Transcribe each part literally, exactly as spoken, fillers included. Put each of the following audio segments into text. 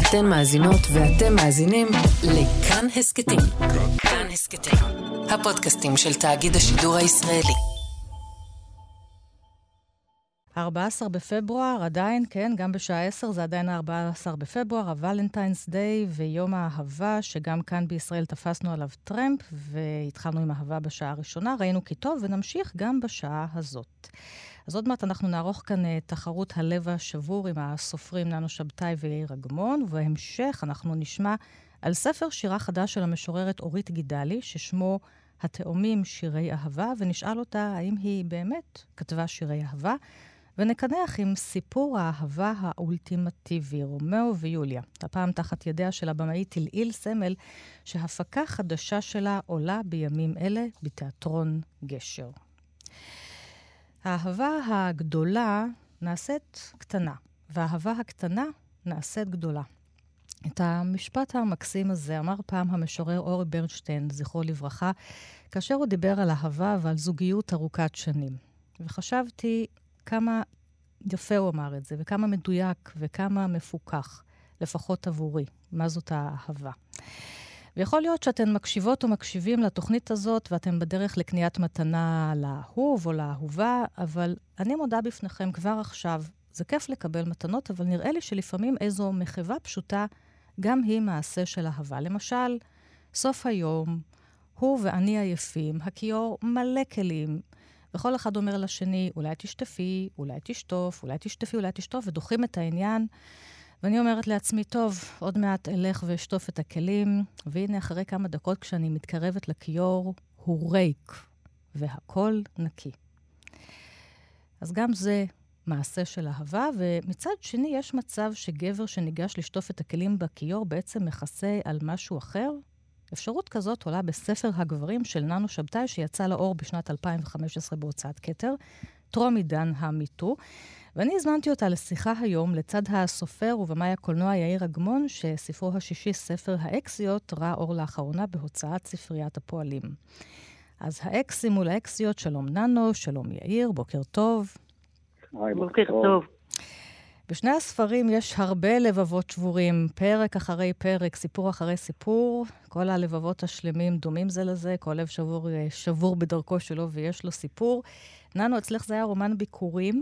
אתן מאזינות ואתם מאזינים לכאן הסקטים. כאן הסקטים, הפודקאסטים של תאגיד השידור הישראלי. ארבעה עשר בפברואר, עדיין, כן, גם בשעה עשר, זה עדיין ארבעה עשר בפברואר, הוולנטיינס דיי ויום האהבה, שגם כאן בישראל תפסנו עליו טרמפ, והתחלנו עם אהבה בשעה הראשונה, ראינו כי טוב, ונמשיך גם בשעה הזאת. אז עוד מעט אנחנו נערוך כאן תחרות הלב השבור עם הסופרים ננו שבתאי ויאיר אגמון, ובהמשך אנחנו נשמע על ספר שירה חדש של המשוררת אורית גידלי, ששמו התאומים שירי אהבה, ונשאל אותה האם היא באמת כתבה שירי אהבה, ונקנח עם סיפור האהבה האולטימטיבי, רומאו ויוליה. הפעם תחת ידיה של הבמאית אילאיל סמל, שהפקה חדשה שלה עולה בימים אלה בתיאטרון גשר. האהבה הגדולה נעשית קטנה, והאהבה הקטנה נעשית גדולה. את המשפט המקסים הזה אמר פעם המשורר אורי ברנשטיין, זכרו לברכה, כאשר הוא דיבר על אהבה ועל זוגיות ארוכת שנים. וחשבתי כמה יפה הוא אמר את זה, וכמה מדויק וכמה מפוקח, לפחות עבורי, מה זאת האהבה. ויכול להיות שאתן מקשיבות או מקשיבים לתוכנית הזאת, ואתם בדרך לקניית מתנה לאהוב או לאהובה, אבל אני מודה בפניכם כבר עכשיו, זה כיף לקבל מתנות, אבל נראה לי שלפעמים איזו מחווה פשוטה, גם היא מעשה של אהבה. למשל, סוף היום, הוא ואני עייפים, הכיור מלא כלים, וכל אחד אומר לשני, אולי תשטפי, אולי תשטוף, אולי תשטפי, אולי תשטוף, ודוחים את העניין. ואני אומרת לעצמי, טוב, עוד מעט אלך ואשטוף את הכלים, והנה אחרי כמה דקות כשאני מתקרבת לכיור, הוא ריק, והכל נקי. אז גם זה מעשה של אהבה, ומצד שני יש מצב שגבר שניגש לשטוף את הכלים בכיור בעצם מכסה על משהו אחר. אפשרות כזאת עולה בספר הגברים של ננו שבתאי, שיצא לאור בשנת אלפיים וחמש עשרה בהוצאת כתר, טרום עידן המיטו. ואני הזמנתי אותה לשיחה היום לצד הסופר ובמאי הקולנוע יאיר אגמון, שספרו השישי, ספר האקסיות, ראה אור לאחרונה בהוצאת ספריית הפועלים. אז האקסים מול האקסיות, שלום ננו, שלום יאיר, בוקר טוב. בוקר טוב. בשני הספרים יש הרבה לבבות שבורים, פרק אחרי פרק, סיפור אחרי סיפור. כל הלבבות השלמים דומים זה לזה, כל לב שבור, שבור בדרכו שלו ויש לו סיפור. ננו, אצלך זה היה רומן ביקורים,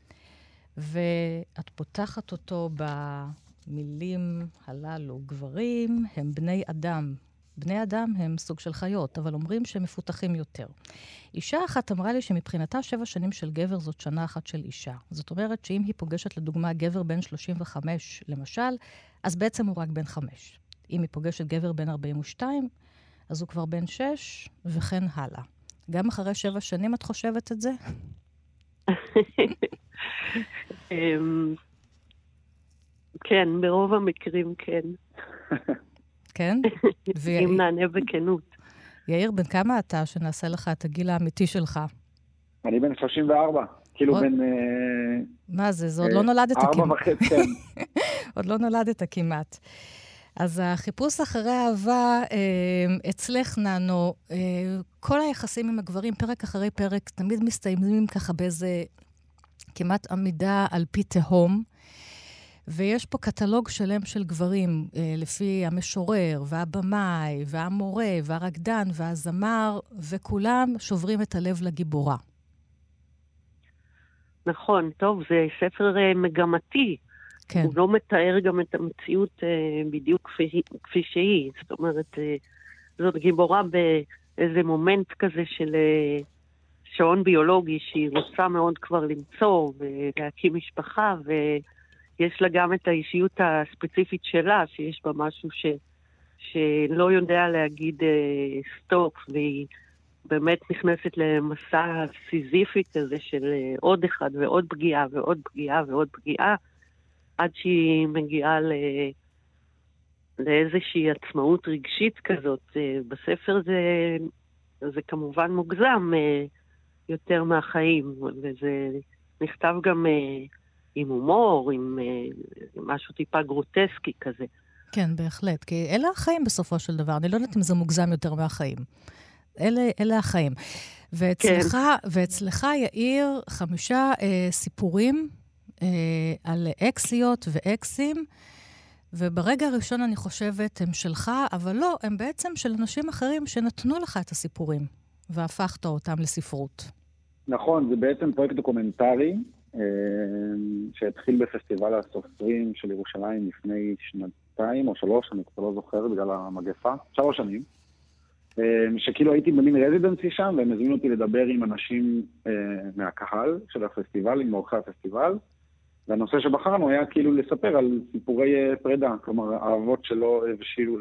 ואת פותחת אותו במילים הללו. גברים הם בני אדם. בני אדם הם סוג של חיות, אבל אומרים שהם מפותחים יותר. אישה אחת אמרה לי שמבחינתה שבע שנים של גבר זאת שנה אחת של אישה. זאת אומרת שאם היא פוגשת לדוגמה גבר בן שלושים וחמש למשל, אז בעצם הוא רק בן חמש. אם היא פוגשת גבר בן ארבעים ושתיים, אז הוא כבר בן שש, וכן הלאה. גם אחרי שבע שנים את חושבת את זה? כן, ברוב המקרים כן. כן? אם נענה בכנות. יאיר, בן כמה אתה שנעשה לך את הגיל האמיתי שלך? אני בן שלושים וארבע. כאילו בן... מה זה? זה עוד לא נולדת כמעט. ארבע וחצי, כן. עוד לא נולדת כמעט. אז החיפוש אחרי אהבה, אצלך ננו, כל היחסים עם הגברים, פרק אחרי פרק, תמיד מסתיימים ככה באיזה כמעט עמידה על פי תהום, ויש פה קטלוג שלם של גברים, לפי המשורר, והבמאי, והמורה, והרקדן, והזמר, וכולם שוברים את הלב לגיבורה. נכון, טוב, זה ספר מגמתי. כן. הוא לא מתאר גם את המציאות בדיוק כפי, כפי שהיא. זאת אומרת, זאת גיבורה באיזה מומנט כזה של שעון ביולוגי, שהיא רוצה מאוד כבר למצוא ולהקים משפחה, ו... יש לה גם את האישיות הספציפית שלה, שיש בה משהו ש, שלא יודע להגיד אה, סטופ, והיא באמת נכנסת למסע סיזיפי כזה של אה, עוד אחד ועוד פגיעה ועוד פגיעה ועוד פגיעה, עד שהיא מגיעה ל, לאיזושהי עצמאות רגשית כזאת. אה, בספר זה, זה כמובן מוגזם אה, יותר מהחיים, וזה נכתב גם... אה, עם הומור, עם uh, משהו טיפה גרוטסקי כזה. כן, בהחלט, כי אלה החיים בסופו של דבר. אני לא יודעת אם זה מוגזם יותר מהחיים. אלה, אלה החיים. ואצלך, כן. ואצלך יאיר חמישה אה, סיפורים אה, על אקסיות ואקסים, וברגע הראשון אני חושבת, הם שלך, אבל לא, הם בעצם של אנשים אחרים שנתנו לך את הסיפורים, והפכת אותם לספרות. נכון, זה בעצם פרויקט דוקומנטרי, שהתחיל בפסטיבל הסופרים של ירושלים לפני שנתיים או שלוש, אני כבר לא זוכר, בגלל המגפה, שלוש שנים, שכאילו הייתי במין רזידנסי שם, והם הזמינו אותי לדבר עם אנשים מהקהל של הפסטיבל, עם אורחי הפסטיבל, והנושא שבחרנו היה כאילו לספר על סיפורי פרידה, כלומר, האבות שלא הבשילו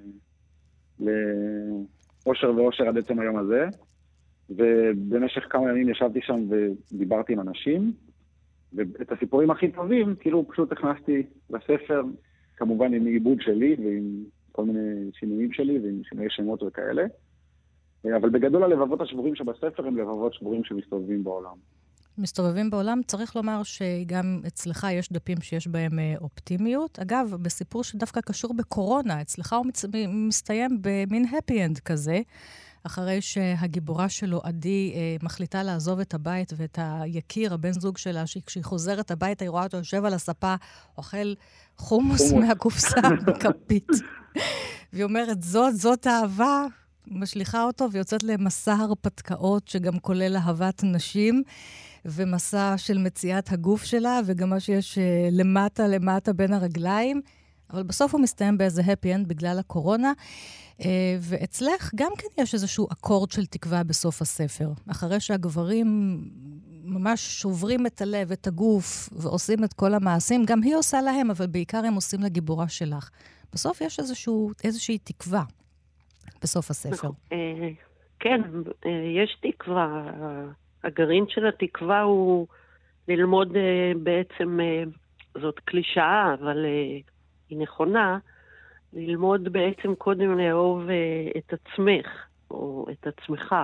לאושר ואושר עד עצם היום הזה, ובמשך כמה ימים ישבתי שם ודיברתי עם אנשים, ואת הסיפורים הכי טובים, כאילו פשוט הכנסתי לספר, כמובן עם עיבוד שלי, ועם כל מיני שינויים שלי, ועם שינויי שמות וכאלה, אבל בגדול הלבבות השבורים שבספר הם לבבות שבורים שמסתובבים בעולם. מסתובבים בעולם, צריך לומר שגם אצלך יש דפים שיש בהם אופטימיות. אגב, בסיפור שדווקא קשור בקורונה, אצלך הוא מצ... מסתיים במין happy end כזה, אחרי שהגיבורה שלו, עדי, מחליטה לעזוב את הבית ואת היקיר, הבן זוג שלה, שכשהיא חוזרת הביתה, היא רואה אותו יושב על הספה, אוכל חומוס מהקופסה בכפית. והיא אומרת, זאת, זאת אהבה, משליחה אותו ויוצאת למסע הרפתקאות, שגם כולל אהבת נשים, ומסע של מציאת הגוף שלה, וגם מה שיש למטה, למטה בין הרגליים. אבל בסוף הוא מסתיים באיזה happy end בגלל הקורונה, ואצלך גם כן יש איזשהו אקורד של תקווה בסוף הספר. אחרי שהגברים ממש שוברים את הלב, את הגוף, ועושים את כל המעשים, גם היא עושה להם, אבל בעיקר הם עושים לגיבורה שלך. בסוף יש איזשהו, איזושהי תקווה בסוף הספר. כן, יש תקווה. הגרעין של התקווה הוא ללמוד בעצם, זאת קלישאה, אבל היא נכונה, ללמוד בעצם קודם לאהוב את עצמך, או את עצמך.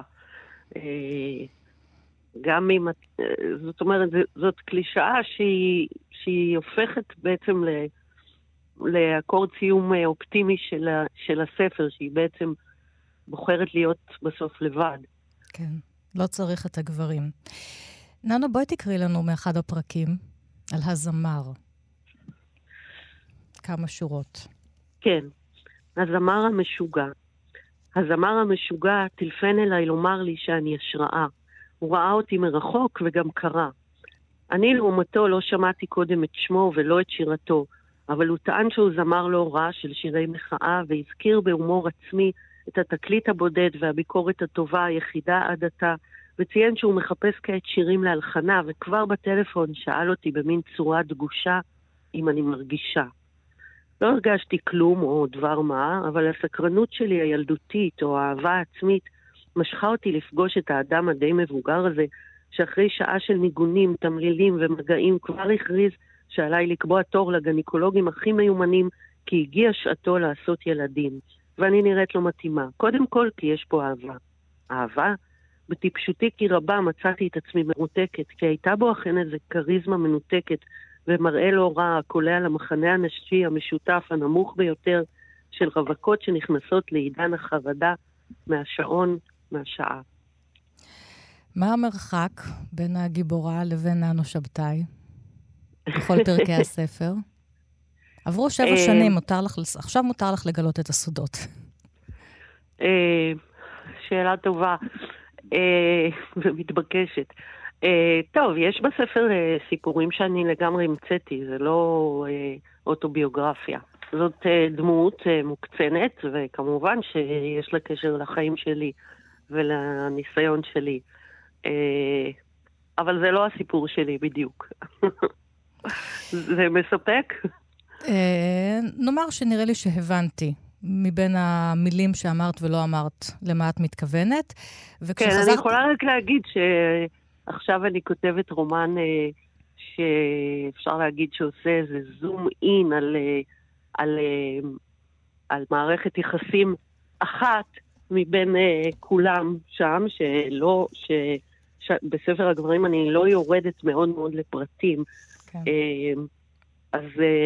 גם אם, זאת אומרת, זאת קלישאה שהיא, שהיא הופכת בעצם ל, לאקורד סיום אופטימי של, ה, של הספר, שהיא בעצם בוחרת להיות בסוף לבד. כן, לא צריך את הגברים. ננו, בואי תקריא לנו מאחד הפרקים על הזמר. כמה שורות. כן, הזמר המשוגע. הזמר המשוגע טלפן אליי לומר לי שאני השראה. הוא ראה אותי מרחוק וגם קרא. אני לעומתו לא שמעתי קודם את שמו ולא את שירתו, אבל הוא טען שהוא זמר לא רע של שירי מחאה, והזכיר בהומור עצמי את התקליט הבודד והביקורת הטובה היחידה עד עתה, וציין שהוא מחפש כעת שירים להלחנה, וכבר בטלפון שאל אותי במין צורה דגושה אם אני מרגישה. לא הרגשתי כלום או דבר מה, אבל הסקרנות שלי הילדותית או האהבה העצמית משכה אותי לפגוש את האדם הדי מבוגר הזה, שאחרי שעה של ניגונים, תמלילים ומגעים כבר הכריז שעליי לקבוע תור לגניקולוגים הכי מיומנים, כי הגיע שעתו לעשות ילדים, ואני נראית לא מתאימה. קודם כל כי יש פה אהבה. אהבה? בטיפשותי כי רבה מצאתי את עצמי מרותקת, כי הייתה בו אכן איזה קריזמה מנותקת, ומראה לא רע, קולע למחנה הנשי המשותף הנמוך ביותר של רווקות שנכנסות לעידן החרדה מהשעון, מהשעה. מה המרחק בין הגיבורה לבין ננו שבתאי? בכל פרקי הספר? עברו שבע שנים, מותר לך, עכשיו מותר לך לגלות את הסודות. שאלה טובה ומתבקשת. טוב, יש בספר סיפורים שאני לגמרי המצאתי, זה לא אוטוביוגרפיה. זאת דמות מוקצנת, וכמובן שיש לה קשר לחיים שלי ולניסיון שלי. אבל זה לא הסיפור שלי בדיוק. זה מספק? נאמר שנראה לי שהבנתי מבין המילים שאמרת ולא אמרת למה את מתכוונת. כן, אני יכולה רק להגיד שעכשיו אני כותבת רומן שאפשר להגיד שעושה איזה זום אין על, על, על מערכת יחסים אחת מבין כולם שם, שלא, ש, שבספר הגברים אני לא יורדת מאוד מאוד לפרטים. כן. אז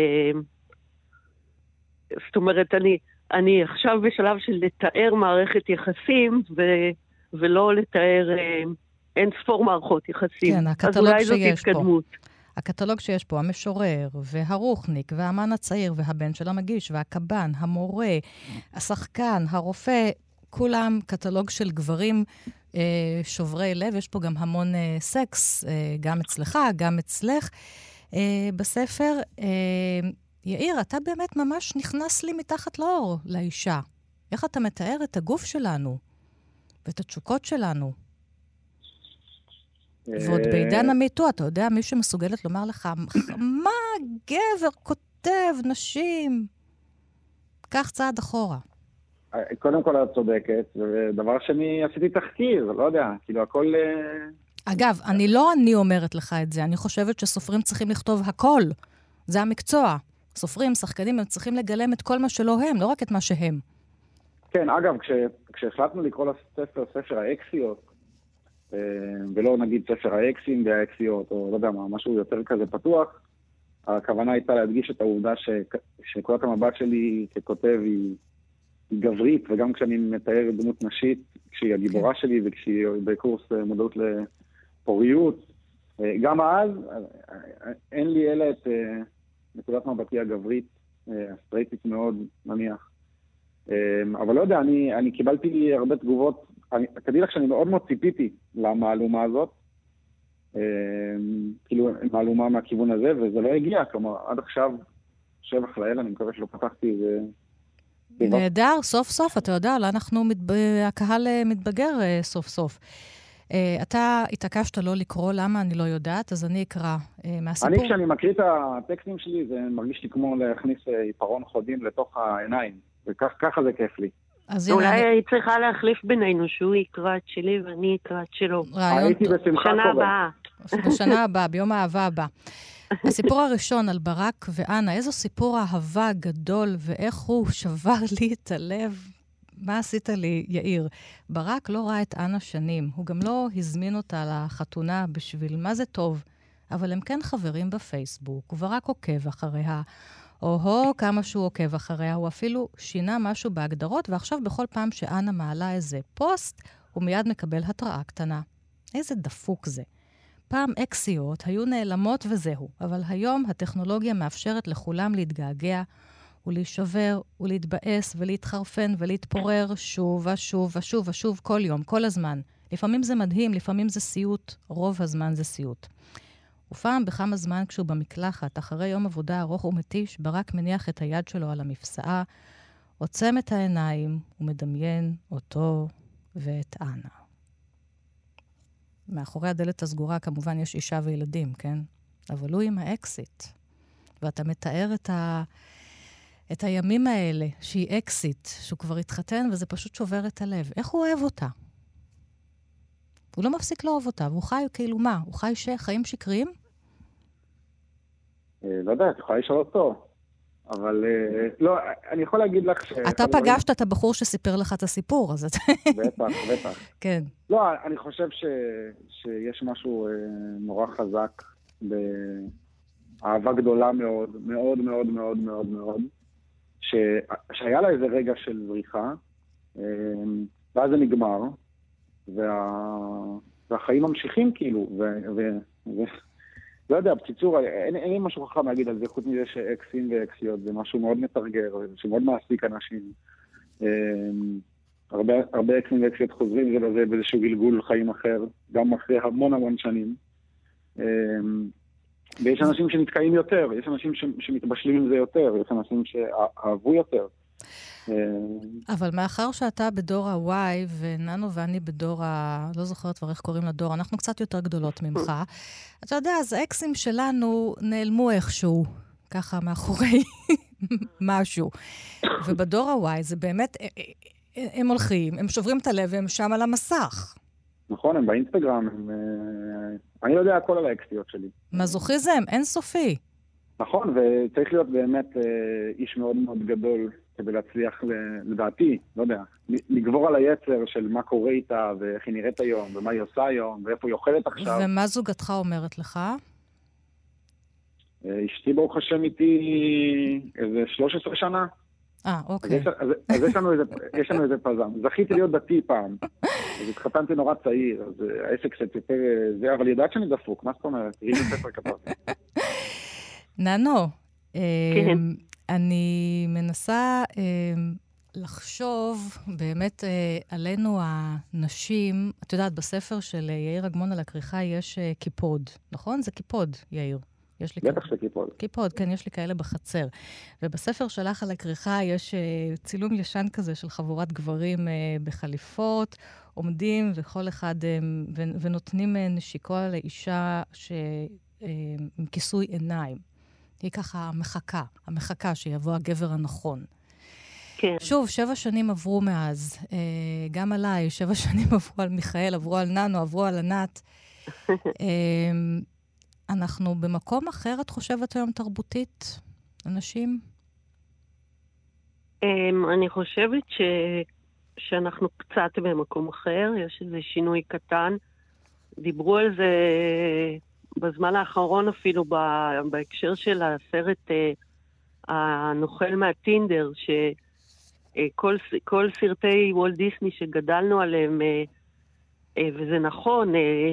זאת אומרת, אני, אני עכשיו בשלב של לתאר מערכת יחסים, ו, ולא לתאר אין ספור מערכות יחסים. כן, הקטלוג שיש פה. הקטלוג שיש פה, המשורר, והרוחניק, והאמן הצעיר, והבן של המגיש, והקב"ן, המורה, השחקן, הרופא, כולם קטלוג של גברים אה, שוברי לב. יש פה גם המון אה, סקס, אה, גם אצלך, גם אצלך. אה, בספר, אה, יאיר, אתה באמת ממש נכנס לי מתחת לאור לאישה. איך אתה מתאר את הגוף שלנו ואת התשוקות שלנו? ועוד בעידן המיטו, אתה יודע, מי שמסוגלת לומר לך, מה גבר כותב נשים? קח צעד אחורה. קודם כל את צודקת, ודבר שני, עשיתי תחקיר, לא יודע, כאילו הכל... אגב, אני לא אני אומרת לך את זה, אני חושבת שסופרים צריכים לכתוב הכל. זה המקצוע. סופרים, שחקנים, הם צריכים לגלם את כל מה שלא הם, לא רק את מה שהם. כן, אגב, כש, כשהחלטנו לקרוא לספר ספר האקסיות, ולא נגיד ספר האקסים והאקסיות, או לא יודע מה, משהו יותר כזה פתוח, הכוונה הייתה להדגיש את העובדה ש, שנקודת המבט שלי ככותב היא, היא גברית, וגם כשאני מתאר דמות נשית, כשהיא הגיבורה כן. שלי, וכשהיא בקורס מודעות לפוריות, גם אז אין לי אלא את נקודת מבטי הגברית, הסטרייטית מאוד, נניח. אבל לא יודע, אני, אני קיבלתי הרבה תגובות, אני, תדעי לך שאני מאוד מאוד ציפיתי למעלומה הזאת, כאילו מעלומה מהכיוון הזה, וזה לא הגיע, כלומר, עד עכשיו, שבח לאל, אני מקווה שלא פתחתי איזה... נהדר, סוף סוף, אתה יודע, אנחנו, מתב... הקהל מתבגר סוף סוף. אתה התעקשת לא לקרוא, למה אני לא יודעת, אז אני אקרא מהסיפור. אני, כשאני מקריא את הטקסטים שלי, זה מרגיש לי כמו להכניס עיפרון חודים לתוך העיניים, וככה זה כיף לי. אולי היא צריכה להחליף בינינו, שהוא יקרא את שלי ואני אקרא את שלו. הייתי בשמחה בשנה הבאה. בשנה הבאה, ביום האהבה הבא. הסיפור הראשון על ברק ואנה, איזו סיפור אהבה גדול, ואיך הוא שבר לי את הלב. מה עשית לי, יאיר? ברק לא ראה את אנה שנים, הוא גם לא הזמין אותה לחתונה בשביל מה זה טוב, אבל הם כן חברים בפייסבוק, וברק עוקב אחריה, או-הו, כמה שהוא עוקב אחריה, הוא אפילו שינה משהו בהגדרות, ועכשיו בכל פעם שאנה מעלה איזה פוסט, הוא מיד מקבל התראה קטנה. איזה דפוק זה. פעם אקסיות היו נעלמות וזהו, אבל היום הטכנולוגיה מאפשרת לכולם להתגעגע, ולהישבר, ולהתבאס, ולהתחרפן, ולהתפורר שוב ושוב ושוב ושוב כל יום, כל הזמן. לפעמים זה מדהים, לפעמים זה סיוט, רוב הזמן זה סיוט. ופעם בכמה זמן כשהוא במקלחת, אחרי יום עבודה ארוך ומתיש, ברק מניח את היד שלו על המפסעה, עוצם את העיניים ומדמיין אותו ואת אנה. מאחורי הדלת הסגורה כמובן יש אישה וילדים, כן? אבל הוא עם האקסיט. ואתה מתאר את ה... את הימים האלה, שהיא אקסיט, שהוא כבר התחתן, וזה פשוט שובר את הלב. איך הוא אוהב אותה? הוא לא מפסיק לאהוב אותה, והוא חי כאילו מה? הוא חי שחיים שקריים? לא יודע, אתה יכולה לשאול אותו. אבל לא, אני יכול להגיד לך ש... אתה פגשת את הבחור שסיפר לך את הסיפור, אז אתה... בטח, בטח. כן. לא, אני חושב שיש משהו נורא חזק באהבה גדולה מאוד, מאוד מאוד מאוד מאוד מאוד, שהיה לה איזה רגע של זריחה, ואז זה נגמר, והחיים ממשיכים כאילו, לא יודע, בקיצור, אין לי משהו חכם להגיד על זה, חוץ מזה שאקסים ואקסיות, זה משהו מאוד מתרגר, שמאוד מעסיק אנשים. הרבה אקסים ואקסיות חוזרים זה לזה באיזשהו גלגול חיים אחר, גם אחרי המון המון שנים. ויש אנשים שנתקעים יותר, יש אנשים שמתבשלים עם זה יותר, יש אנשים שאהבו יותר. אבל מאחר שאתה בדור ה-Y, וננו ואני בדור ה... לא זוכרת כבר איך קוראים לדור, אנחנו קצת יותר גדולות ממך. אתה יודע, אז האקסים שלנו נעלמו איכשהו, ככה מאחורי משהו. ובדור ה-Y זה באמת, הם הולכים, הם שוברים את הלב, והם שם על המסך. נכון, הם באינסטגרם, הם... אני לא יודע הכל על האקסיות שלי. מזוכיזם, אין סופי. נכון, וצריך להיות באמת איש מאוד מאוד גדול כדי להצליח, לדעתי, לא יודע, לגבור על היצר של מה קורה איתה, ואיך היא נראית היום, ומה היא עושה היום, ואיפה היא אוכלת עכשיו. ומה זוגתך אומרת לך? אשתי ברוך השם איתי איזה שלוש עשרה שנה. אה, אוקיי. אז, אז יש לנו איזה, יש לנו איזה פזם. זכיתי להיות דתי פעם. אז התחתנתי נורא צעיר, אז העסק קצת יותר זה, אבל ידעת שאני דפוק, מה זאת אומרת? תראי בספר כתבתי. ננו, כן. אני מנסה לחשוב באמת עלינו הנשים. את יודעת, בספר של יאיר אגמון על הכריכה יש קיפוד, נכון? זה קיפוד, יאיר. בטח שזה קיפוד. קיפוד, כן, יש לי כאלה בחצר. ובספר שלך על הכריכה יש uh, צילום ישן כזה של חבורת גברים uh, בחליפות, עומדים וכל אחד, uh, ו- ונותנים uh, נשיקו לאישה ש- uh, עם כיסוי עיניים. היא ככה מחכה, המחכה שיבוא הגבר הנכון. כן. שוב, שבע שנים עברו מאז. Uh, גם עליי, שבע שנים עברו על מיכאל, עברו על ננו, עברו על ענת. uh, אנחנו במקום אחר, את חושבת היום תרבותית, אנשים? אני חושבת ש... שאנחנו קצת במקום אחר, יש איזה שינוי קטן. דיברו על זה בזמן האחרון אפילו בהקשר של הסרט הנוכל מהטינדר, שכל כל סרטי וולט דיסני שגדלנו עליהם, וזה נכון,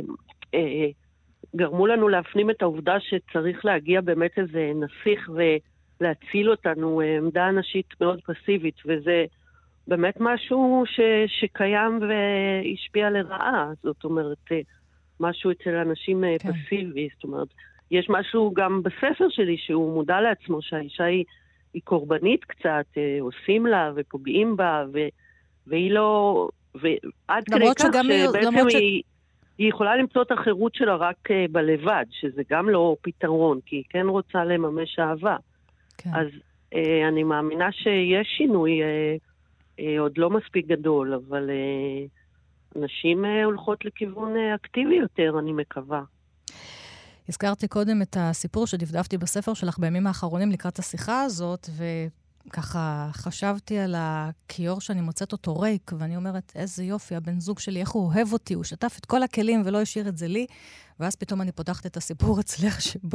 גרמו לנו להפנים את העובדה שצריך להגיע באמת איזה נסיך ולהציל אותנו, עמדה אנשית מאוד פסיבית, וזה באמת משהו ש, שקיים והשפיע לרעה. זאת אומרת, משהו אצל אנשים כן. פסיבי. זאת אומרת, יש משהו גם בספר שלי שהוא מודע לעצמו, שהאישה היא, היא קורבנית קצת, עושים לה ופוגעים בה, ו, והיא לא... ועד כדי כך שבעצם ש... היא... היא יכולה למצוא את החירות שלה רק uh, בלבד, שזה גם לא פתרון, כי היא כן רוצה לממש אהבה. כן. אז uh, אני מאמינה שיש שינוי, uh, uh, עוד לא מספיק גדול, אבל uh, נשים uh, הולכות לכיוון uh, אקטיבי יותר, אני מקווה. הזכרתי קודם את הסיפור שדפדפתי בספר שלך בימים האחרונים לקראת השיחה הזאת, ו... ככה חשבתי על הכיור שאני מוצאת אותו ריק, ואני אומרת, איזה יופי, הבן זוג שלי, איך הוא אוהב אותי, הוא שטף את כל הכלים ולא השאיר את זה לי, ואז פתאום אני פותחת את הסיפור אצלך שבו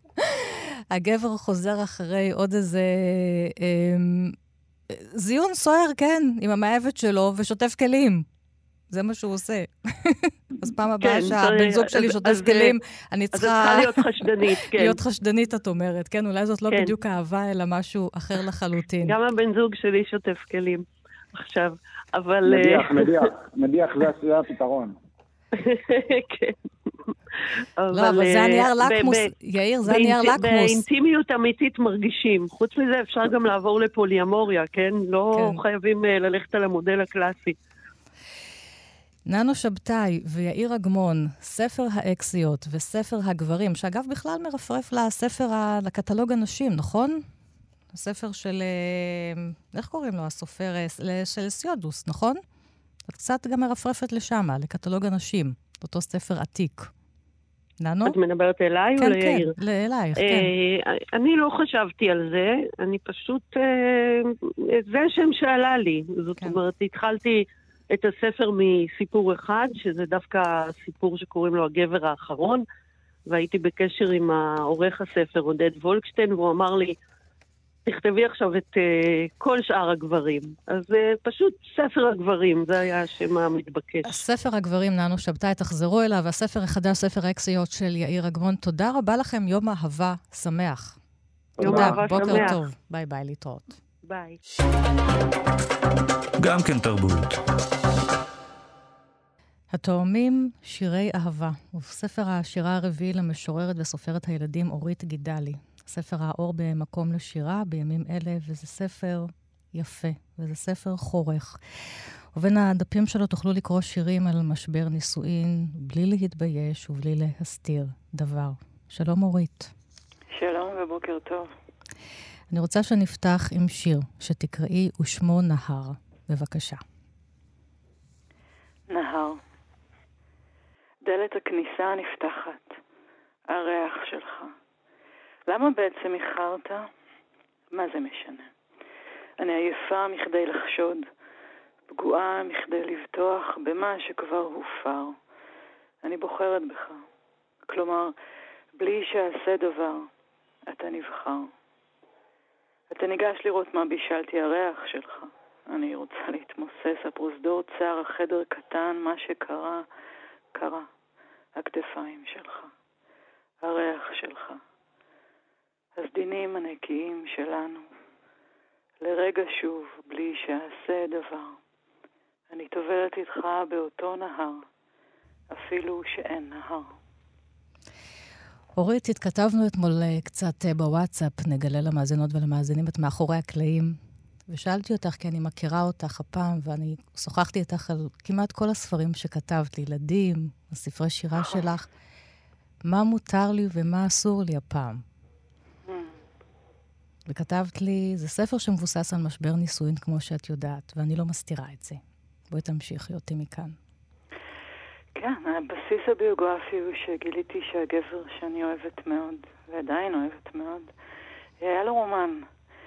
הגבר חוזר אחרי עוד איזה אה, זיון סוער, כן, עם המאהבת שלו, ושוטף כלים. זה מה שהוא עושה. אז פעם הבאה שהבן זוג שלי שוטף כלים, אני צריכה... אז צריכה להיות חשדנית, כן. להיות חשדנית, את אומרת, כן? אולי זאת לא בדיוק אהבה, אלא משהו אחר לחלוטין. גם הבן זוג שלי שוטף כלים עכשיו, אבל... מדיח, מדיח, מדיח, זה הפתרון. כן. לא, אבל זה הנייר לקמוס, יאיר, זה הנייר לקמוס. באינטימיות אמיתית מרגישים. חוץ מזה אפשר גם לעבור לפוליאמוריה, כן? לא חייבים ללכת על המודל הקלאסי. ננו שבתאי ויאיר אגמון, ספר האקסיות וספר הגברים, שאגב בכלל מרפרף לספר, לקטלוג הנשים, נכון? הספר של, איך קוראים לו? הסופר של סיודוס, נכון? את קצת גם מרפרפת לשם, לקטלוג הנשים, אותו ספר עתיק. ננו? את מדברת אליי כן, או ליאיר? כן, אלייך, כן. אני לא חשבתי על זה, אני פשוט, זה שם שעלה לי. זאת אומרת, התחלתי את הספר מסיפור אחד, שזה דווקא סיפור שקוראים לו הגבר האחרון, והייתי בקשר עם העורך הספר, עודד וולקשטיין, והוא אמר לי, תכתבי עכשיו את uh, כל שאר הגברים. אז uh, פשוט ספר הגברים, זה היה השם המתבקש. הספר הגברים, ננו שבתאי, תחזרו אליו, והספר החדש, ספר האקסיות של יאיר אגמון. תודה רבה לכם, יום אהבה שמח. יום תודה, אהבה בוקר שמח. טוב. ביי ביי, להתראות. ביי. גם כן תרבות. התאומים שירי אהבה, ובספר השירה הרביעי למשוררת וסופרת הילדים אורית גידלי. ספר האור במקום לשירה בימים אלה, וזה ספר יפה, וזה ספר חורך. ובין הדפים שלו תוכלו לקרוא שירים על משבר נישואין, בלי להתבייש ובלי להסתיר דבר. שלום אורית. שלום ובוקר טוב. אני רוצה שנפתח עם שיר שתקראי ושמו נהר. בבקשה. נהר. דלת הכניסה נפתחת. הריח שלך. למה בעצם איחרת? מה זה משנה? אני עייפה מכדי לחשוד, פגועה מכדי לבטוח במה שכבר הופר. אני בוחרת בך. כלומר, בלי שעשה דבר, אתה נבחר. אתה ניגש לראות מה בישלתי הריח שלך. אני רוצה להתמוסס, הפרוזדור צער, החדר קטן, מה שקרה, קרה. הכתפיים שלך. הריח שלך. הסדינים הנקיים שלנו. לרגע שוב, בלי שעשה דבר. אני טובלת איתך באותו נהר, אפילו שאין נהר. אורית, התכתבנו אתמול קצת בוואטסאפ, נגלה למאזינות ולמאזינים את מאחורי הקלעים, ושאלתי אותך, כי אני מכירה אותך הפעם, ואני שוחחתי איתך על כמעט כל הספרים שכתבת, לילדים, הספרי שירה שלך, מה מותר לי ומה אסור לי הפעם. וכתבת לי, זה ספר שמבוסס על משבר נישואין, כמו שאת יודעת, ואני לא מסתירה את זה. בואי תמשיכי אותי מכאן. כן, הבסיס הביוגרפי הוא שגיליתי שהגבר שאני אוהבת מאוד, ועדיין אוהבת מאוד, היה לו רומן.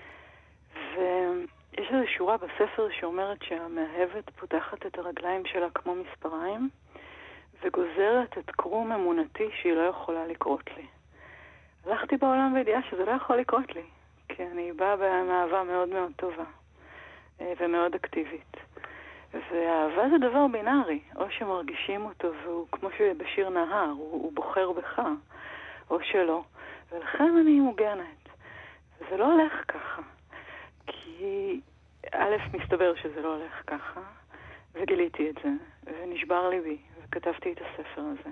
ויש איזו שורה בספר שאומרת שהמאהבת פותחת את הרגליים שלה כמו מספריים, וגוזרת את קרום אמונתי שהיא לא יכולה לקרות לי. הלכתי בעולם בידיעה שזה לא יכול לקרות לי, כי אני באה באהבה מאוד מאוד טובה, ומאוד אקטיבית. והאהבה זה דבר בינארי, או שמרגישים אותו והוא כמו שבשיר נהר, הוא, הוא בוחר בך, או שלא. ולכן אני מוגנת. וזה לא הולך ככה. כי א', מסתבר שזה לא הולך ככה, וגיליתי את זה, ונשבר ליבי, וכתבתי את הספר הזה.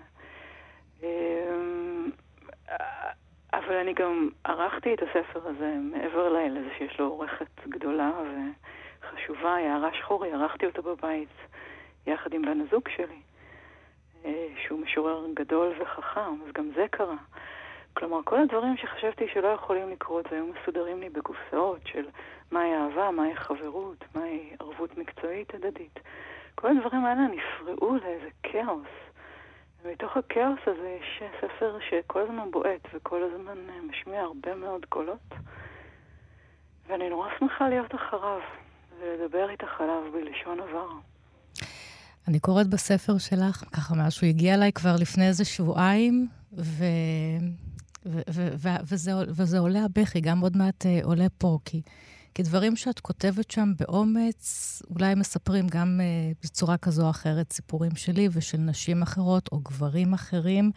אבל אני גם ערכתי את הספר הזה מעבר לזה שיש לו עורכת גדולה ו... חשובה, יערה שחורי, ערכתי אותו בבית יחד עם בן הזוג שלי, שהוא משורר גדול וחכם, אז גם זה קרה. כלומר, כל הדברים שחשבתי שלא יכולים לקרות והיו מסודרים לי בקופסאות של מהי אהבה, מהי חברות, מהי ערבות מקצועית הדדית. כל הדברים האלה נפרעו לאיזה כאוס. ומתוך הכאוס הזה יש ספר שכל הזמן בועט וכל הזמן משמיע הרבה מאוד קולות. ואני נורא שמחה להיות אחריו. ולדבר איתך עליו בלשון עבר. אני קוראת בספר שלך, ככה משהו הגיע אליי כבר לפני איזה שבועיים, ו... ו... ו... ו... וזה, וזה עולה הבכי, גם עוד מעט עולה פה, כי, כי דברים שאת כותבת שם באומץ, אולי מספרים גם uh, בצורה כזו או אחרת סיפורים שלי ושל נשים אחרות או גברים אחרים,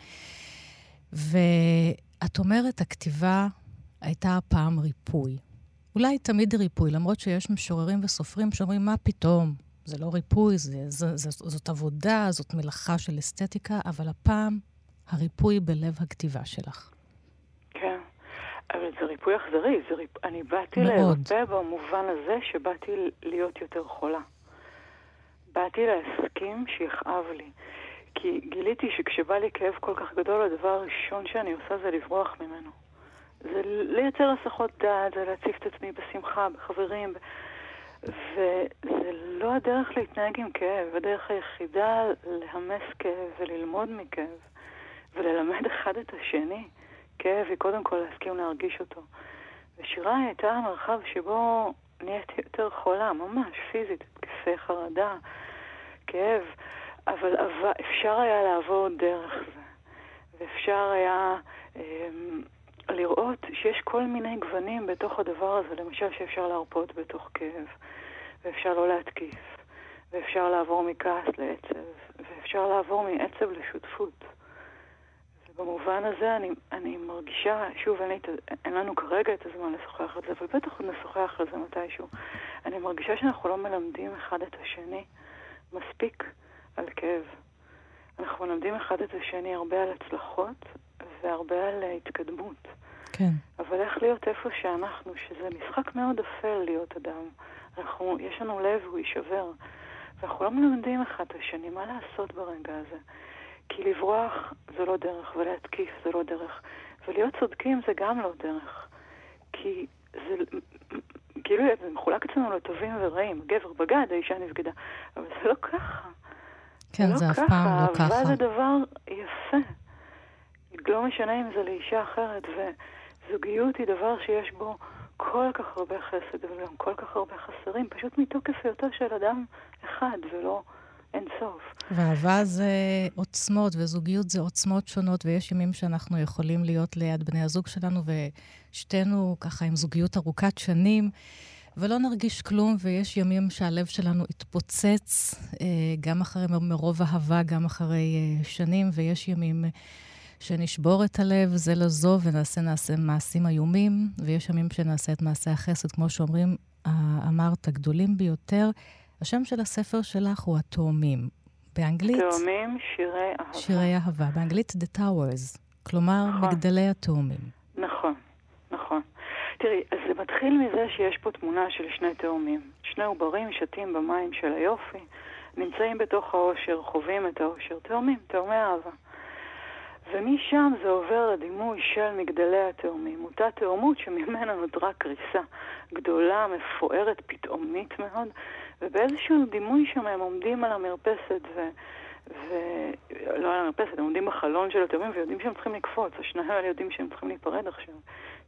ואת אומרת, הכתיבה הייתה פעם ריפוי. אולי תמיד ריפוי, למרות שיש משוררים וסופרים שאומרים, מה פתאום? זה לא ריפוי, זה, זה, זה, זאת עבודה, זאת מלאכה של אסתטיקה, אבל הפעם הריפוי בלב הכתיבה שלך. כן, אבל זה ריפוי אכזרי. זה ריפ... אני באתי להרפא במובן הזה שבאתי להיות יותר חולה. באתי להסכים שיכאב לי. כי גיליתי שכשבא לי כאב כל כך גדול, הדבר הראשון שאני עושה זה לברוח ממנו. זה לייצר הסחות דעת, זה להציף את עצמי בשמחה, בחברים, וזה לא הדרך להתנהג עם כאב, הדרך היחידה להמס כאב וללמוד מכאב, וללמד אחד את השני. כאב היא קודם כל להסכים להרגיש אותו. ושירה הייתה המרחב שבו נהייתי יותר חולה, ממש פיזית, התקפי חרדה, כאב, אבל אפשר היה לעבור דרך זה, ואפשר היה... לראות שיש כל מיני גוונים בתוך הדבר הזה, למשל שאפשר להרפות בתוך כאב, ואפשר לא להתקיף, ואפשר לעבור מכעס לעצב, ואפשר לעבור מעצב לשותפות. ובמובן הזה אני, אני מרגישה, שוב, אין, אין לנו כרגע את הזמן לשוחח על זה, אבל בטח נשוחח על זה מתישהו. אני מרגישה שאנחנו לא מלמדים אחד את השני מספיק על כאב. אנחנו מלמדים אחד את השני הרבה על הצלחות, והרבה על התקדמות. כן. אבל איך להיות איפה שאנחנו, שזה משחק מאוד אפל להיות אדם. אנחנו, יש לנו לב, הוא יישבר. ואנחנו לא מלמדים אחד את השני, מה לעשות ברגע הזה? כי לברוח זה לא דרך, ולהתקיף זה לא דרך. ולהיות צודקים זה גם לא דרך. כי זה, כאילו זה מחולק אצלנו לטובים ורעים. הגבר בגד, האישה נבגדה. אבל זה לא ככה. כן, זה, זה אף פעם לא ככה. אהבה זה דבר יפה. לא משנה אם זה לאישה אחרת, וזוגיות היא דבר שיש בו כל כך הרבה חסד, וגם כל כך הרבה חסרים, פשוט מתוקף היותו של אדם אחד, ולא אין סוף. ואהבה זה עוצמות, וזוגיות זה עוצמות שונות, ויש ימים שאנחנו יכולים להיות ליד בני הזוג שלנו, ושתינו ככה עם זוגיות ארוכת שנים, ולא נרגיש כלום, ויש ימים שהלב שלנו התפוצץ, גם אחרי מרוב אהבה, גם אחרי שנים, ויש ימים שנשבור את הלב זה לזו ונעשה נעשה מעשים איומים, ויש ימים שנעשה את מעשה החסד, כמו שאומרים, אמרת, הגדולים ביותר. השם של הספר שלך הוא התאומים. באנגלית... תאומים, שירי אהבה. שירי אהבה. באנגלית The Towers, כלומר, נכון. מגדלי התאומים. נכון, נכון. תראי, אז זה מתחיל מזה שיש פה תמונה של שני תאומים. שני עוברים שתים במים של היופי, נמצאים בתוך האושר, חווים את האושר. תאומים, תאומי אהבה. ומשם זה עובר לדימוי של מגדלי התאומים. אותה תאומות שממנה נותרה קריסה גדולה, מפוארת, פתאומית מאוד, ובאיזשהו דימוי שם הם עומדים על המרפסת ו... ולא על המרפסת, הם עומדים בחלון של התאומים ויודעים שהם צריכים לקפוץ. השניים האלה יודעים שהם צריכים להיפרד עכשיו,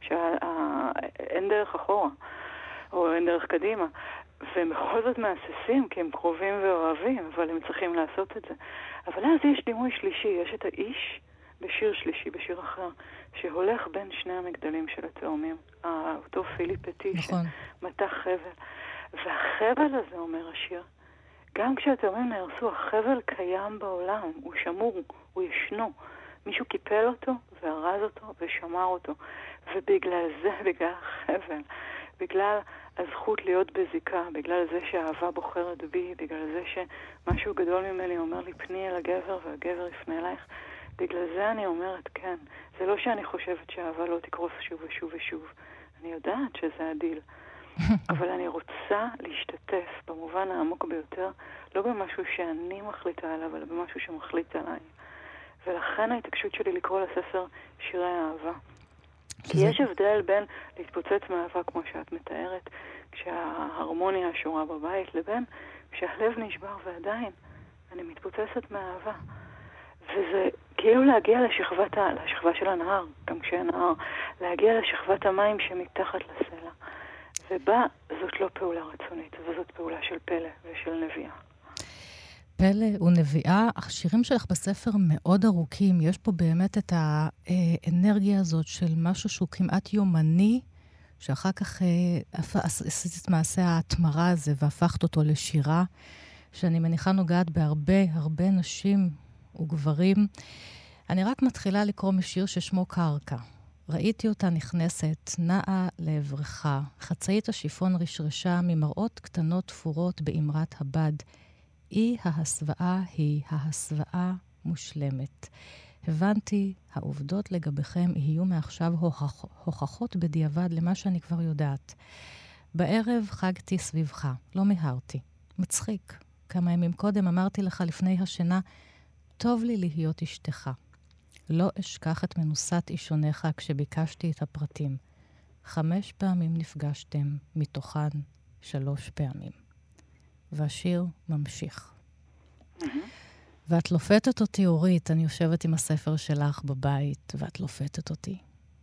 שאין דרך אחורה או אין דרך קדימה, והם בכל זאת מעססים כי הם קרובים ואוהבים, אבל הם צריכים לעשות את זה. אבל אז יש דימוי שלישי, יש את האיש בשיר שלישי, בשיר אחר, שהולך בין שני המגדלים של התאומים, אותו פיליפ פטי, נכון. שמתח חבל, והחבל הזה, אומר השיר, גם כשהתאומים נהרסו, החבל קיים בעולם, הוא שמור, הוא ישנו. מישהו קיפל אותו והרז אותו ושמר אותו. ובגלל זה, בגלל החבל, בגלל הזכות להיות בזיקה, בגלל זה שהאהבה בוחרת בי, בגלל זה שמשהו גדול ממני אומר לי פני אל הגבר והגבר יפנה אלייך, בגלל זה אני אומרת כן. זה לא שאני חושבת שהאהבה לא תקרוס שוב ושוב ושוב. אני יודעת שזה הדיל. אבל אני רוצה להשתתף במובן העמוק ביותר, לא במשהו שאני מחליטה עליו, אלא במשהו שמחליט עליי. ולכן ההתעקשות שלי לקרוא לספר שירי האהבה. כי יש הבדל בין להתפוצץ מאהבה כמו שאת מתארת, כשההרמוניה שורה בבית, לבין כשהלב נשבר ועדיין אני מתפוצצת מאהבה. וזה כאילו להגיע לשכבת, לשכבה של הנהר, גם כשאין נהר, להגיע לשכבת המים שמתחת לסלע. ובה זאת לא פעולה רצונית, וזאת פעולה של פלא ושל נביאה. פלא ונביאה, השירים שלך בספר מאוד ארוכים, יש פה באמת את האנרגיה הזאת של משהו שהוא כמעט יומני, שאחר כך עשית את מעשה ההתמרה הזה והפכת אותו לשירה, שאני מניחה נוגעת בהרבה הרבה נשים וגברים. אני רק מתחילה לקרוא משיר ששמו קרקע. ראיתי אותה נכנסת, נעה לעברך, חצאית השיפון רשרשה ממראות קטנות תפורות באמרת הבד. אי ההסוואה היא ההסוואה מושלמת. הבנתי, העובדות לגביכם יהיו מעכשיו הוכח, הוכחות בדיעבד למה שאני כבר יודעת. בערב חגתי סביבך, לא מהרתי. מצחיק. כמה ימים קודם אמרתי לך לפני השינה, טוב לי להיות אשתך. לא אשכח את מנוסת אישוניך כשביקשתי את הפרטים. חמש פעמים נפגשתם, מתוכן שלוש פעמים. והשיר ממשיך. Mm-hmm. ואת לופתת אותי, אורית, אני יושבת עם הספר שלך בבית, ואת לופתת אותי.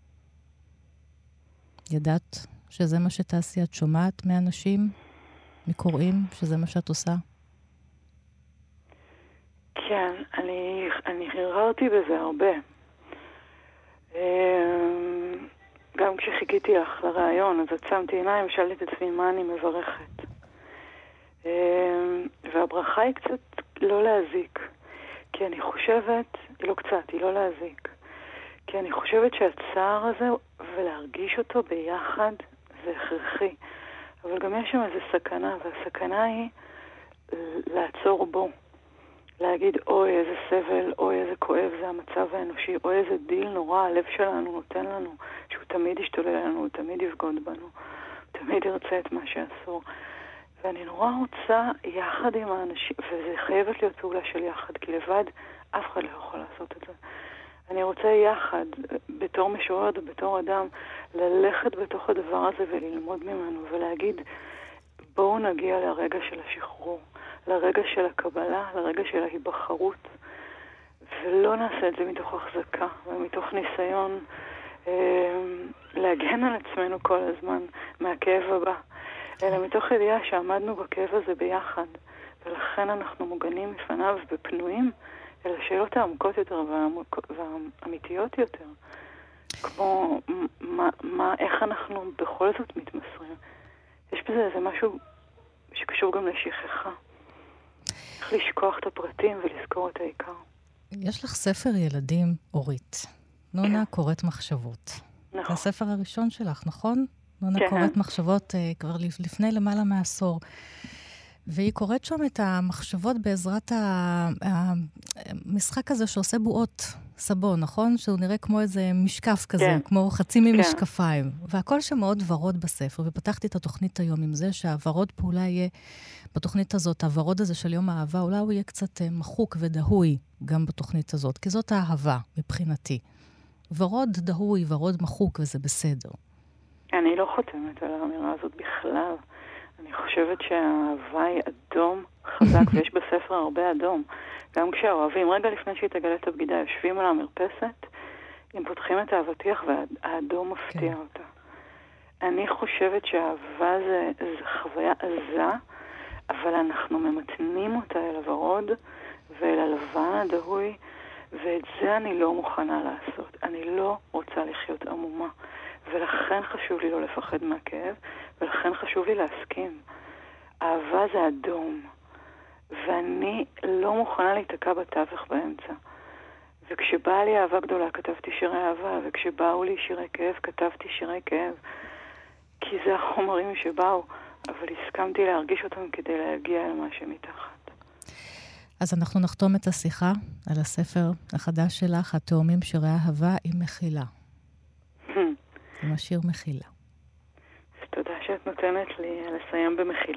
ידעת שזה מה שתעשי? את שומעת מאנשים, מקוראים, שזה מה שאת עושה? כן, אני, אני הרהרתי בזה הרבה. גם כשחיכיתי לך לרעיון, אז עצמתי עיניים ושאלתי את עצמי מה אני מברכת. והברכה היא קצת לא להזיק. כי אני חושבת, היא לא קצת, היא לא להזיק. כי אני חושבת שהצער הזה ולהרגיש אותו ביחד זה הכרחי. אבל גם יש שם איזו סכנה, והסכנה היא לעצור בו. להגיד, אוי, איזה סבל, אוי, איזה כואב זה המצב האנושי, אוי, איזה דיל נורא הלב שלנו נותן לנו, שהוא תמיד ישתולל לנו, הוא תמיד יבגוד בנו, הוא תמיד ירצה את מה שאסור. ואני נורא רוצה יחד עם האנשים, וזה חייבת להיות פעולה של יחד, כי לבד אף אחד לא יכול לעשות את זה. אני רוצה יחד, בתור משוררת ובתור אדם, ללכת בתוך הדבר הזה וללמוד ממנו, ולהגיד, בואו נגיע לרגע של השחרור. לרגע של הקבלה, לרגע של ההיבחרות, ולא נעשה את זה מתוך החזקה ומתוך ניסיון אה, להגן על עצמנו כל הזמן מהכאב הבא, אלא מתוך ידיעה שעמדנו בכאב הזה ביחד, ולכן אנחנו מוגנים מפניו ופנויים אל השאלות העמוקות יותר והאמיתיות יותר, כמו מה, מה, איך אנחנו בכל זאת מתמסרים. יש בזה איזה משהו שקשור גם לשכחה. איך לשכוח את הפרטים ולזכור את העיקר. יש לך ספר ילדים, אורית. נונה קוראת מחשבות. נכון. זה הספר הראשון שלך, נכון? נונה כן. קוראת מחשבות uh, כבר לפני למעלה מעשור. והיא קוראת שם את המחשבות בעזרת המשחק הזה שעושה בועות סבון, נכון? שהוא נראה כמו איזה משקף כזה, כן. כמו חצי ממשקפיים. כן. והכל שמאוד ורוד בספר, ופתחתי את התוכנית היום עם זה שהוורוד פעולה יהיה, בתוכנית הזאת, הוורוד הזה של יום האהבה, אולי הוא יהיה קצת מחוק ודהוי גם בתוכנית הזאת, כי זאת האהבה מבחינתי. ורוד דהוי, ורוד מחוק, וזה בסדר. אני לא חותמת על האמירה הזאת בכלל. אני חושבת שהאהבה היא אדום חזק, ויש בספר הרבה אדום. גם כשהאוהבים, רגע לפני שהיא תגלה את הבגידה, יושבים על המרפסת, הם פותחים את האבטיח והאדום מפתיע כן. אותה. אני חושבת שהאהבה זה, זה חוויה עזה, אבל אנחנו ממתנים אותה אל הוורוד ואל הלבן הדהוי, ואת זה אני לא מוכנה לעשות. אני לא רוצה לחיות עמומה. ולכן חשוב לי לא לפחד מהכאב, ולכן חשוב לי להסכים. אהבה זה אדום, ואני לא מוכנה להתעקע בתווך באמצע. וכשבאה לי אהבה גדולה כתבתי שירי אהבה, וכשבאו לי שירי כאב כתבתי שירי כאב, כי זה החומרים שבאו, אבל הסכמתי להרגיש אותם כדי להגיע אל מה שמתחת. אז אנחנו נחתום את השיחה על הספר החדש שלך, התאומים שירי אהבה עם מחילה. עם השיר מחילה. אז תודה שאת נותנת לי לסיים במחילה.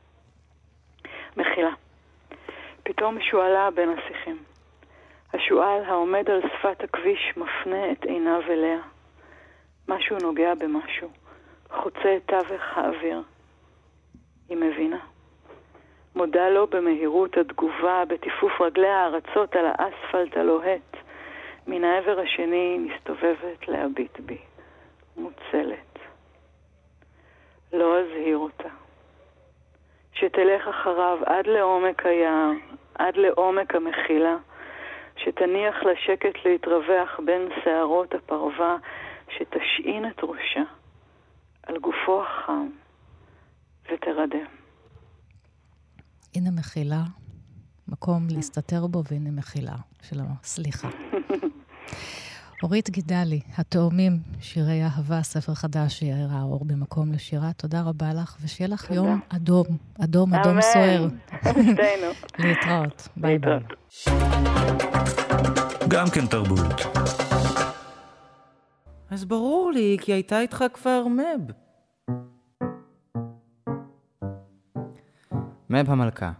מחילה. פתאום שואלה בין השיחים. השואל העומד על שפת הכביש מפנה את עיניו אליה. משהו נוגע במשהו. חוצה את תווך האוויר. היא מבינה. מודה לו במהירות התגובה, בטיפוף רגליה הארצות על האספלט הלוהט. מן העבר השני מסתובבת להביט בי. מוצלת. לא אזהיר אותה. שתלך אחריו עד לעומק היער, עד לעומק המחילה, שתניח לשקט להתרווח בין שערות הפרווה, שתשעין את ראשה על גופו החם ותרדם. הנה מחילה, מקום להסתתר בו, והנה מחילה של הסליחה. אורית גידלי, התאומים, שירי אהבה, ספר חדש שיער האור במקום לשירה. תודה רבה לך, ושיהיה לך תודה. יום אדום, אדום, אדום אמן. סוער. להתראות. ביי ביי. גם כן תרבות. אז ברור לי, כי הייתה איתך כבר מב. מב המלכה.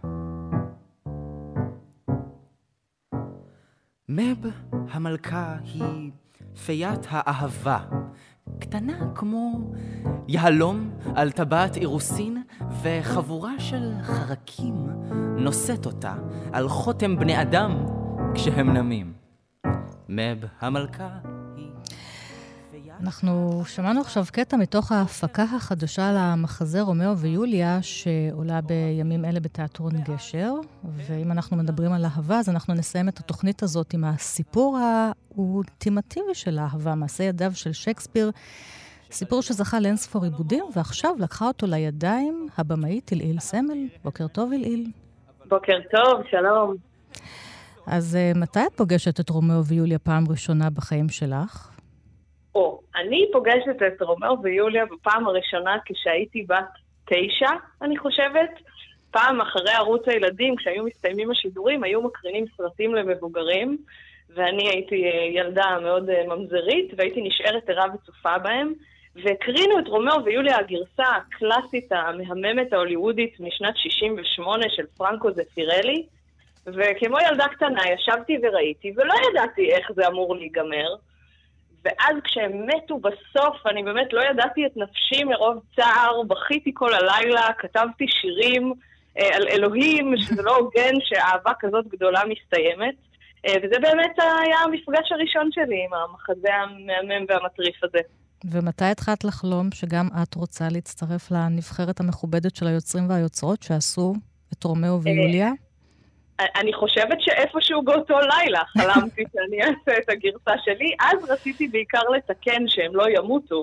מב המלכה היא פיית האהבה, קטנה כמו יהלום על טבעת אירוסין, וחבורה של חרקים נושאת אותה על חותם בני אדם כשהם נמים. מב המלכה היא... אנחנו שמענו עכשיו קטע מתוך ההפקה החדשה למחזה רומאו ויוליה, שעולה בימים אלה בתיאטרון גשר, ואם אנחנו מדברים על אהבה, אז אנחנו נסיים את התוכנית הזאת עם הסיפור האולטימטיבי של האהבה, מעשה ידיו של שייקספיר, סיפור שזכה לאינספור עיבודים, ועכשיו לקחה אותו לידיים הבמאית אילאיל סמל. בוקר טוב אילאיל. בוקר טוב, שלום. אז מתי את פוגשת את רומאו ויוליה פעם ראשונה בחיים שלך? או, אני פוגשת את רומאו ויוליה בפעם הראשונה כשהייתי בת תשע, אני חושבת. פעם אחרי ערוץ הילדים, כשהיו מסתיימים השידורים, היו מקרינים סרטים למבוגרים, ואני הייתי ילדה מאוד ממזרית, והייתי נשארת ערה וצופה בהם, והקרינו את רומאו ויוליה הגרסה הקלאסית המהממת ההוליוודית משנת שישים ושמונה של פרנקו זפירלי, וכמו ילדה קטנה ישבתי וראיתי, ולא ידעתי איך זה אמור להיגמר, ואז כשהם מתו בסוף, אני באמת לא ידעתי את נפשי מרוב צער, בכיתי כל הלילה, כתבתי שירים אה, על אלוהים, שזה לא הוגן שאהבה כזאת גדולה מסתיימת, אה, וזה באמת היה המפגש הראשון שלי עם המחזה המהמם והמטריף הזה. ומתי התחלת לחלום שגם את רוצה להצטרף לנבחרת המכובדת של היוצרים והיוצרות שעשו את רומאו ויוליה? אני חושבת שאיפשהו באותו לילה חלמתי שאני אעשה את הגרסה שלי, אז רציתי בעיקר לתקן שהם לא ימותו.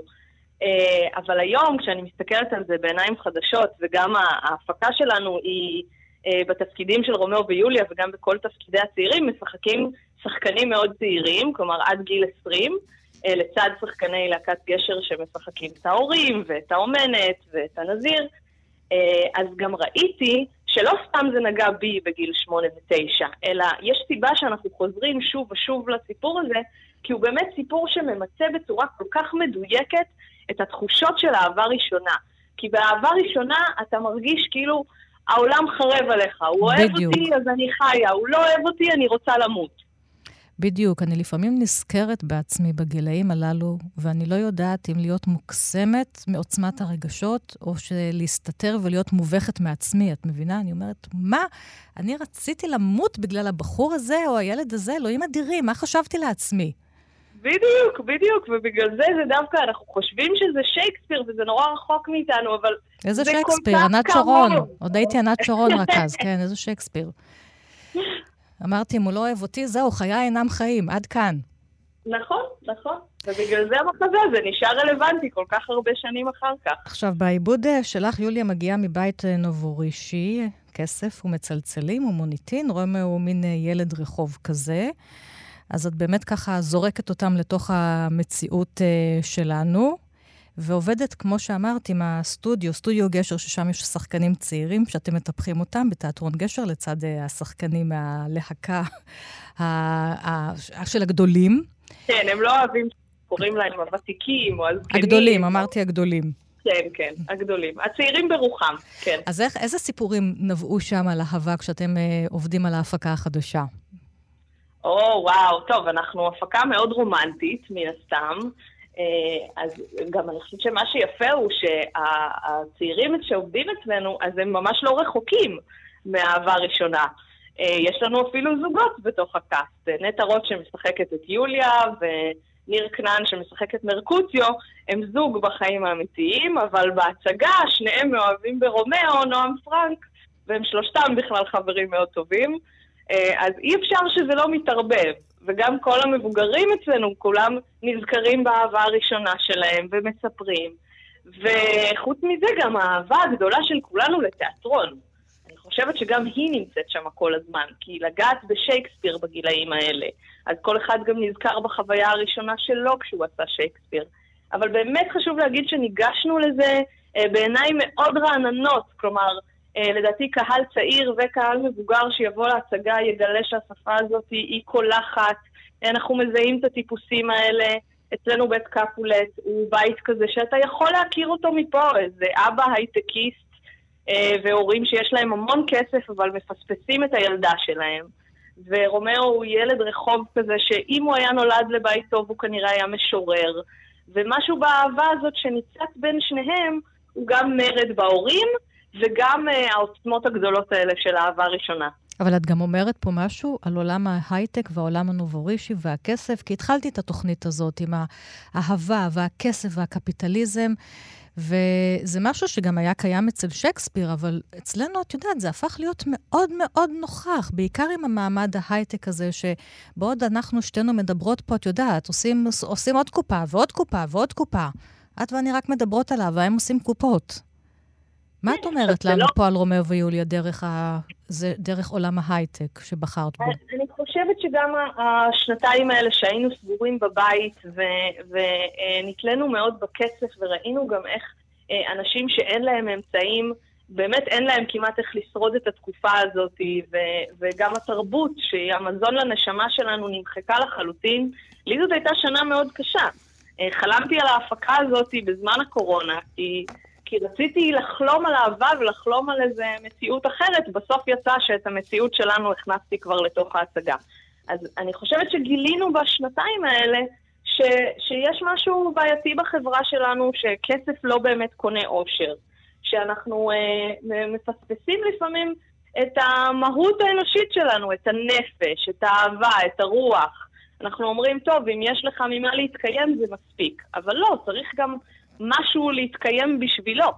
אבל היום כשאני מסתכלת על זה בעיניים חדשות, וגם ההפקה שלנו היא בתפקידים של רומאו ויוליה וגם בכל תפקידי הצעירים, משחקים שחקנים מאוד צעירים, כלומר עד גיל עשרים, לצד שחקני להקת גשר שמשחקים את ההורים ואת האומנת ואת הנזיר. אז גם ראיתי שלא סתם זה נגע בי בגיל שמונה ותשע, אלא יש סיבה שאנחנו חוזרים שוב ושוב לסיפור הזה, כי הוא באמת סיפור שממצא בצורה כל כך מדויקת את התחושות של האהבה ראשונה. כי באהבה ראשונה אתה מרגיש כאילו העולם חרב עליך, הוא אוהב אותי אז אני חיה, הוא לא אוהב אותי אני רוצה למות. בדיוק, אני לפעמים נזכרת בעצמי בגילאים הללו, ואני לא יודעת אם להיות מוקסמת מעוצמת הרגשות, או שלהסתתר ולהיות מובכת מעצמי. את מבינה? אני אומרת, מה? אני רציתי למות בגלל הבחור הזה, או הילד הזה, אלוהים אדירים, מה חשבתי לעצמי? בדיוק, בדיוק, ובגלל זה זה דווקא, אנחנו חושבים שזה שייקספיר, וזה נורא רחוק מאיתנו, אבל איזה שייקספיר? ענת שרון. עוד הייתי ענת שרון רק אז, כן, איזה שייקספיר. אמרתי, אם הוא לא אוהב אותי, זהו, חיי אינם חיים, עד כאן. נכון, נכון. ובגלל זה המחזה, זה נשאר רלוונטי כל כך הרבה שנים אחר כך. עכשיו, בעיבוד שלך, יוליה מגיעה מבית נובורישי, כסף ומצלצלים ומוניטין, רומאו הוא מין ילד רחוב כזה, אז את באמת ככה זורקת אותם לתוך המציאות שלנו, ועובדת, כמו שאמרת, עם הסטודיו, סטודיו גשר, ששם יש שחקנים צעירים, שאתם מטפחים אותם בתיאטרון גשר, לצד השחקנים מהלהקה של הגדולים. כן, הם לא אוהבים שקוראים להם הוותיקים או הזקנים. הגדולים, אמרתי הגדולים. כן, כן, הגדולים. הצעירים ברוחם, כן. אז איך, איזה סיפורים נבעו שם על אהבה כשאתם אה, עובדים על ההפקה החדשה? או, וואו, טוב, אנחנו הפקה מאוד רומנטית, מן הסתם. אז גם אני חושבת שמה שיפה הוא שהצעירים שעובדים אצלנו, אז הם ממש לא רחוקים מהאהבה הראשונה. יש לנו אפילו זוגות בתוך הקאסט. נטע רוט שמשחקת את יוליה וניר קנן שמשחק את מרקוציו, הם זוג בחיים האמיתיים, אבל בהצגה שניהם מאוהבים ברומאו, נועם פרנק, והם שלושתם בכלל חברים מאוד טובים. אז אי אפשר שזה לא מתערבב. וגם כל המבוגרים אצלנו, כולם נזכרים באהבה הראשונה שלהם ומספרים. וחוץ מזה גם האהבה הגדולה של כולנו לתיאטרון. אני חושבת שגם היא נמצאת שם כל הזמן, כי לגעת בשייקספיר בגילאים האלה. אז כל אחד גם נזכר בחוויה הראשונה שלו כשהוא עשה שייקספיר. אבל באמת חשוב להגיד שניגשנו לזה בעיניים מאוד רעננות, כלומר, לדעתי קהל צעיר וקהל מבוגר שיבוא להצגה יגלה שהשפה הזאת היא קולחת. אנחנו מזהים את הטיפוסים האלה. אצלנו בית קפולט הוא בית כזה שאתה יכול להכיר אותו מפה, איזה אבא הייטקיסט והורים שיש להם המון כסף אבל מפספסים את הילדה שלהם. ורומאו הוא ילד רחוב כזה שאם הוא היה נולד לבית טוב הוא כנראה היה משורר. ומשהו באהבה הזאת שניצת בין שניהם הוא גם מרד בהורים, וגם uh, העוצמות הגדולות האלה של האהבה הראשונה. אבל את גם אומרת פה משהו על עולם ההייטק והעולם הנובורישי והכסף, כי התחלתי את התוכנית הזאת עם האהבה והכסף והקפיטליזם, וזה משהו שגם היה קיים אצל שייקספיר, אבל אצלנו, את יודעת, זה הפך להיות מאוד מאוד נוכח, בעיקר עם המעמד ההייטק הזה, שבעוד אנחנו שתינו מדברות פה, את יודעת, עושים, עושים עוד קופה ועוד קופה ועוד קופה. את ואני רק מדברות עליו, והם עושים קופות. מה את אומרת לנו פה על רומאו ויוליה דרך, ה... זה, דרך עולם ההייטק שבחרת בו? אני חושבת שגם השנתיים האלה שהיינו סגורים בבית ו... ונתלנו מאוד בכסף וראינו גם איך אנשים שאין להם אמצעים, באמת אין להם כמעט איך לשרוד את התקופה הזאת ו... וגם התרבות שהיא המזון לנשמה שלנו נמחקה לחלוטין. לי זאת הייתה שנה מאוד קשה. חלמתי על ההפקה הזאת בזמן הקורונה כי... כי רציתי לחלום על אהבה ולחלום על איזו מציאות אחרת, בסוף יצא שאת המציאות שלנו הכנסתי כבר לתוך ההצגה. אז אני חושבת שגילינו בשנתיים האלה ש, שיש משהו בעייתי בחברה שלנו, שכסף לא באמת קונה אושר. שאנחנו אה, מפספסים לפעמים את המהות האנושית שלנו, את הנפש, את האהבה, את הרוח. אנחנו אומרים, טוב, אם יש לך ממה להתקיים זה מספיק. אבל לא, צריך גם... משהו להתקיים בשבילו.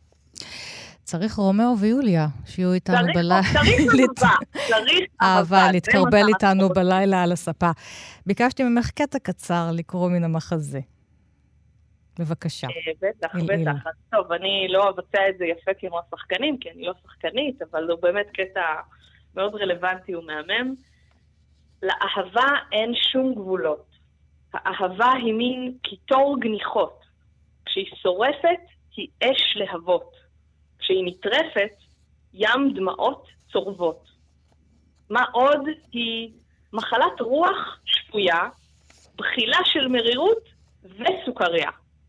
צריך רומאו ויוליה, שיהיו איתנו בלילה. צריך אהבה, צריך אהבה, להתקרבל איתנו בלילה על הספה. ביקשתי ממך קטע קצר לקרוא מן המחזה. בבקשה. בטח, בטח. טוב, אני לא אבצע את זה יפה כמו השחקנים, כי אני לא שחקנית, אבל הוא באמת קטע מאוד רלוונטי ומהמם. לאהבה אין שום גבולות. האהבה היא מין קיטור גניחות. כשהיא שורפת, היא אש להבות. כשהיא נטרפת, ים דמעות צורבות. מה עוד? היא מחלת רוח שפויה, בחילה של מרירות וסוכריה.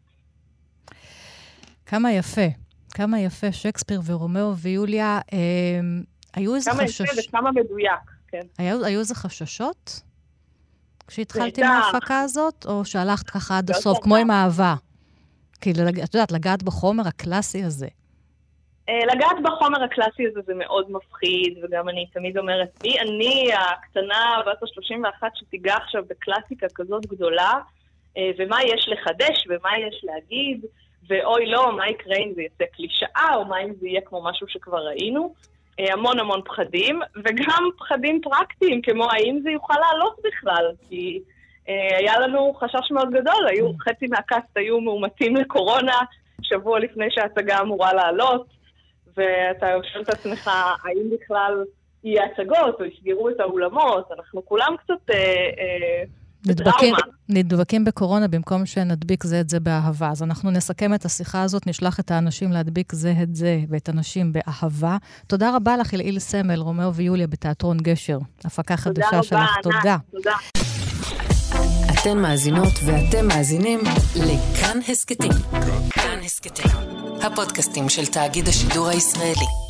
כמה יפה, כמה יפה, שייקספיר ורומאו ויוליה, אה, היו איזה חשש... כמה יפה וכמה מדויק, כן. היו, היו איזה חששות? כשהתחלתי מההפקה הזאת, או שהלכת ככה עד הסוף, כמו עם אהבה? כאילו, את יודעת, לגעת בחומר הקלאסי הזה. לגעת בחומר הקלאסי הזה זה מאוד מפחיד, וגם אני תמיד אומרת, מי אני הקטנה בת ה-שלושים ואחת שתיגע עכשיו בקלאסיקה כזאת גדולה, ומה יש לחדש ומה יש להגיד, ואוי לא, מה יקרה אם זה יצא קלישאה, או מה אם זה יהיה כמו משהו שכבר ראינו. המון המון פחדים, וגם פחדים פרקטיים, כמו האם זה יוכל לעלות בכלל, כי היה לנו חשש מאוד גדול, היו, חצי מהקאסט היו מאומתים לקורונה, שבוע לפני שההצגה אמורה לעלות, ואתה שואל את עצמך, האם בכלל יהיה הצגות, או יסגרו את האולמות, אנחנו כולם קצת אה, אה, נדבקים, נדבקים בקורונה במקום שנדביק זה את זה באהבה. אז אנחנו נסכם את השיחה הזאת, נשלח את האנשים להדביק זה את זה, ואת אנשים באהבה. תודה רבה לך, אילאיל סמל, רומאו ויוליה בתיאטרון גשר. הפקה חדשה שלך, תודה. תודה. אתן מאזינות ואתם מאזינים לכאן הסקטים. כאן הסקטים, הפודקאסטים של תאגיד השידור הישראלי.